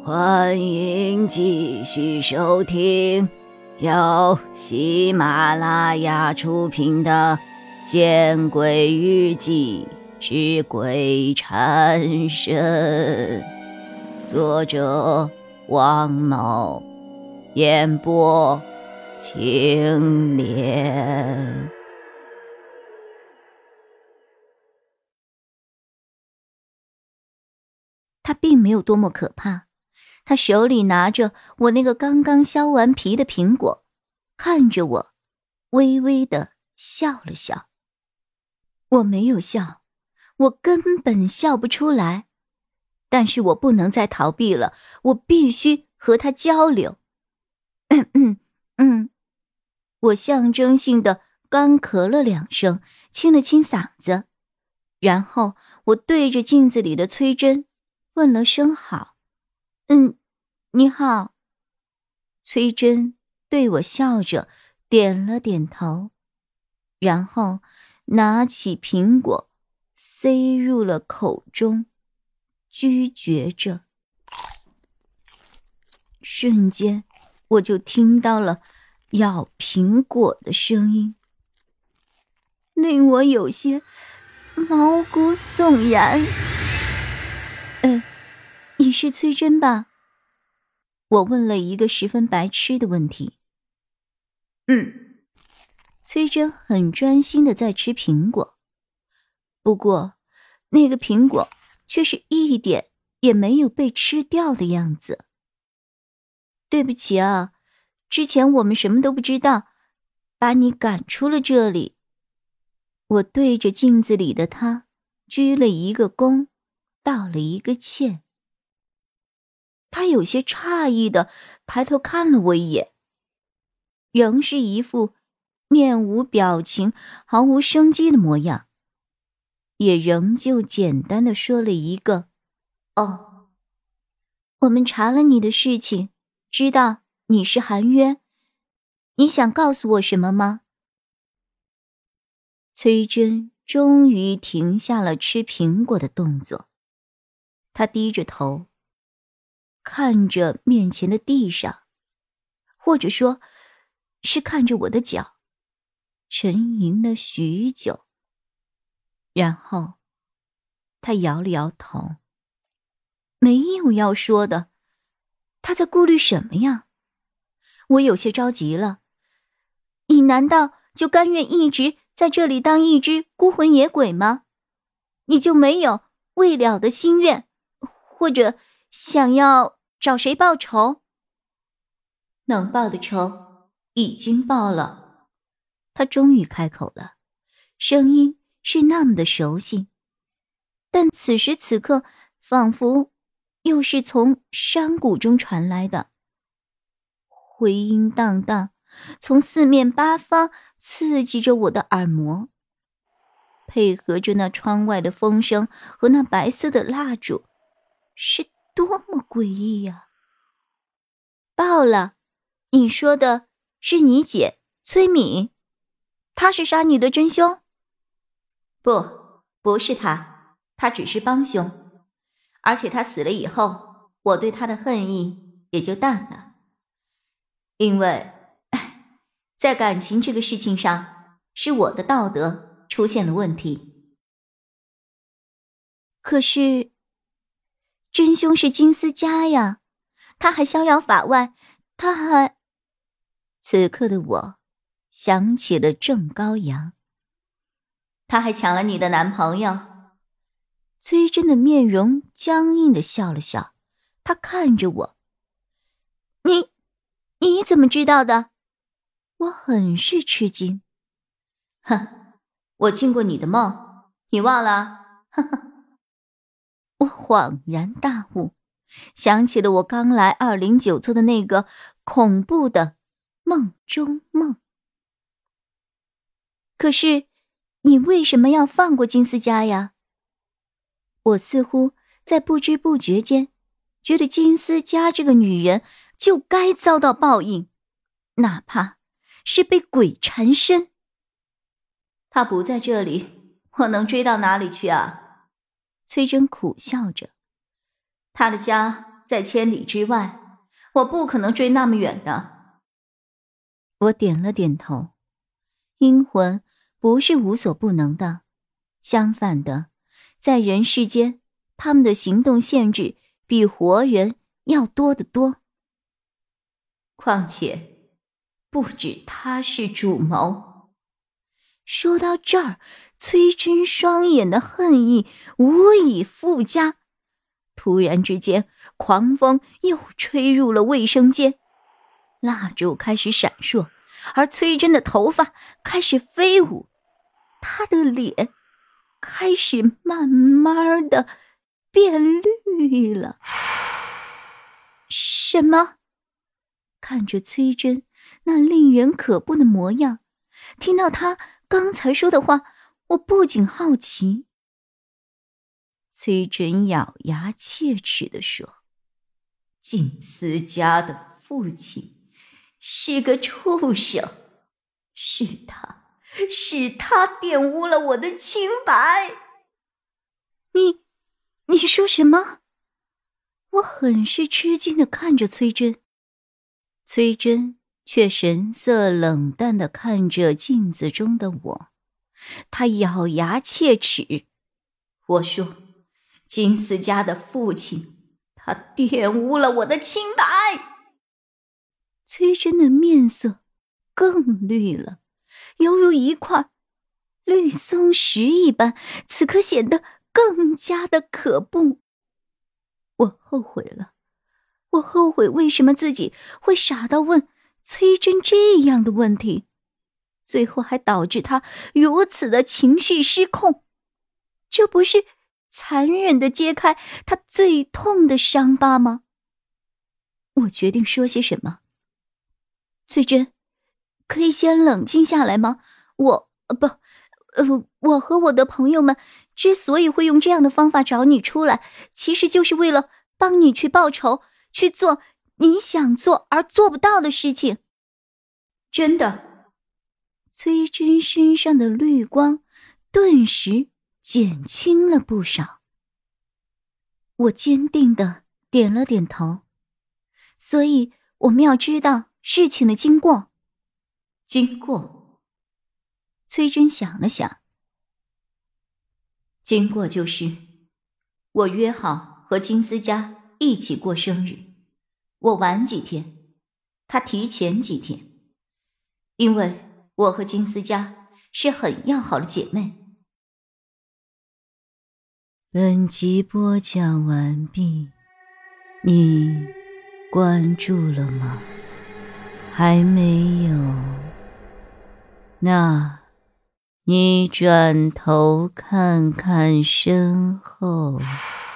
欢迎继续收听由喜马拉雅出品的《见鬼日记之鬼缠身》，作者王某，演播青莲。 他并没有多么可怕，他手里拿着我那个刚刚削完皮的苹果，看着我，微微地笑了笑。我没有笑，我根本笑不出来，但是我不能再逃避了，我必须和他交流。我象征性地干咳了2声，清了清嗓子，然后我对着镜子里的崔真问了声好。你好。崔真对我笑着点了点头，然后拿起苹果塞入了口中，咀嚼着。瞬间我就听到了咬苹果的声音，令我有些毛骨悚然。你是崔真吧？我问了一个十分白痴的问题。崔真很专心地在吃苹果，不过那个苹果却是一点也没有被吃掉的样子。对不起啊，之前我们什么都不知道，把你赶出了这里。我对着镜子里的他鞠了一个躬，道了一个歉。他有些诧异地抬头看了我一眼，仍是一副面无表情、毫无生机的模样，也仍旧简单地说了一个我们查了你的事情，知道你是韩渊，你想告诉我什么吗？崔真终于停下了吃苹果的动作，他低着头看着面前的地上，或者说是看着我的脚，沉吟了许久，然后他摇了摇头，没有要说的。他在顾虑什么呀？我有些着急了。你难道就甘愿一直在这里当一只孤魂野鬼吗？你就没有未了的心愿，或者想要找谁报仇？能报的仇已经报了。他终于开口了，声音是那么的熟悉，但此时此刻仿佛又是从山谷中传来的，回音荡荡，从四面八方刺激着我的耳膜，配合着那窗外的风声和那白色的蜡烛，是多么诡异呀！报了，你说的是你姐崔敏，她是杀你的真凶？不是她，她只是帮凶，而且她死了以后，我对她的恨意也就淡了。因为在感情这个事情上，是我的道德出现了问题。可是真凶是金思嘉呀，他还逍遥法外，他还……此刻的我想起了郑高阳，他还抢了你的男朋友。崔真的面容僵硬地笑了笑，他看着我，你怎么知道的？我很是吃惊。我进过你的梦，你忘了？我恍然大悟，想起了我刚来209座的那个恐怖的梦中梦。可是你为什么要放过金思嘉呀？我似乎在不知不觉间觉得金思嘉这个女人就该遭到报应，哪怕是被鬼缠身。她不在这里，我能追到哪里去啊？崔真苦笑着，她的家在千里之外，我不可能追那么远的。我点了点头。阴魂不是无所不能的，相反的，在人世间，他们的行动限制比活人要多得多。况且，不止他是主谋。说到这儿，崔真双眼的恨意无以复加。突然之间，狂风又吹入了卫生间，蜡烛开始闪烁，而崔真的头发开始飞舞，她的脸开始慢慢的变绿了。什么？看着崔真那令人可怖的模样，听到她刚才说的话，我不仅好奇。崔真咬牙切齿地说：“金思家的父亲是个畜生，是他玷污了我的清白。”你说什么？我很是吃惊地看着崔真，崔真却神色冷淡地看着镜子中的我，她咬牙切齿。我说：“金思家的父亲，他玷污了我的清白。”崔真的面色更绿了，犹如一块绿松石一般，此刻显得更加的可怖。我后悔了，我后悔为什么自己会傻到问崔真这样的问题，最后还导致他如此的情绪失控。这不是残忍地揭开他最痛的伤疤吗？我决定说些什么。崔真，可以先冷静下来吗？我和我的朋友们之所以会用这样的方法找你出来，其实就是为了帮你去报仇，去做你想做而做不到的事情。真的。崔真身上的绿光顿时减轻了不少。我坚定地点了点头。所以我们要知道事情的经过。经过？崔真想了想。经过就是我约好和金思家一起过生日，我晚几天，他提前几天，因为我和金思家是很要好的姐妹。本集播讲完毕，你关注了吗？还没有？那你转头看看身后。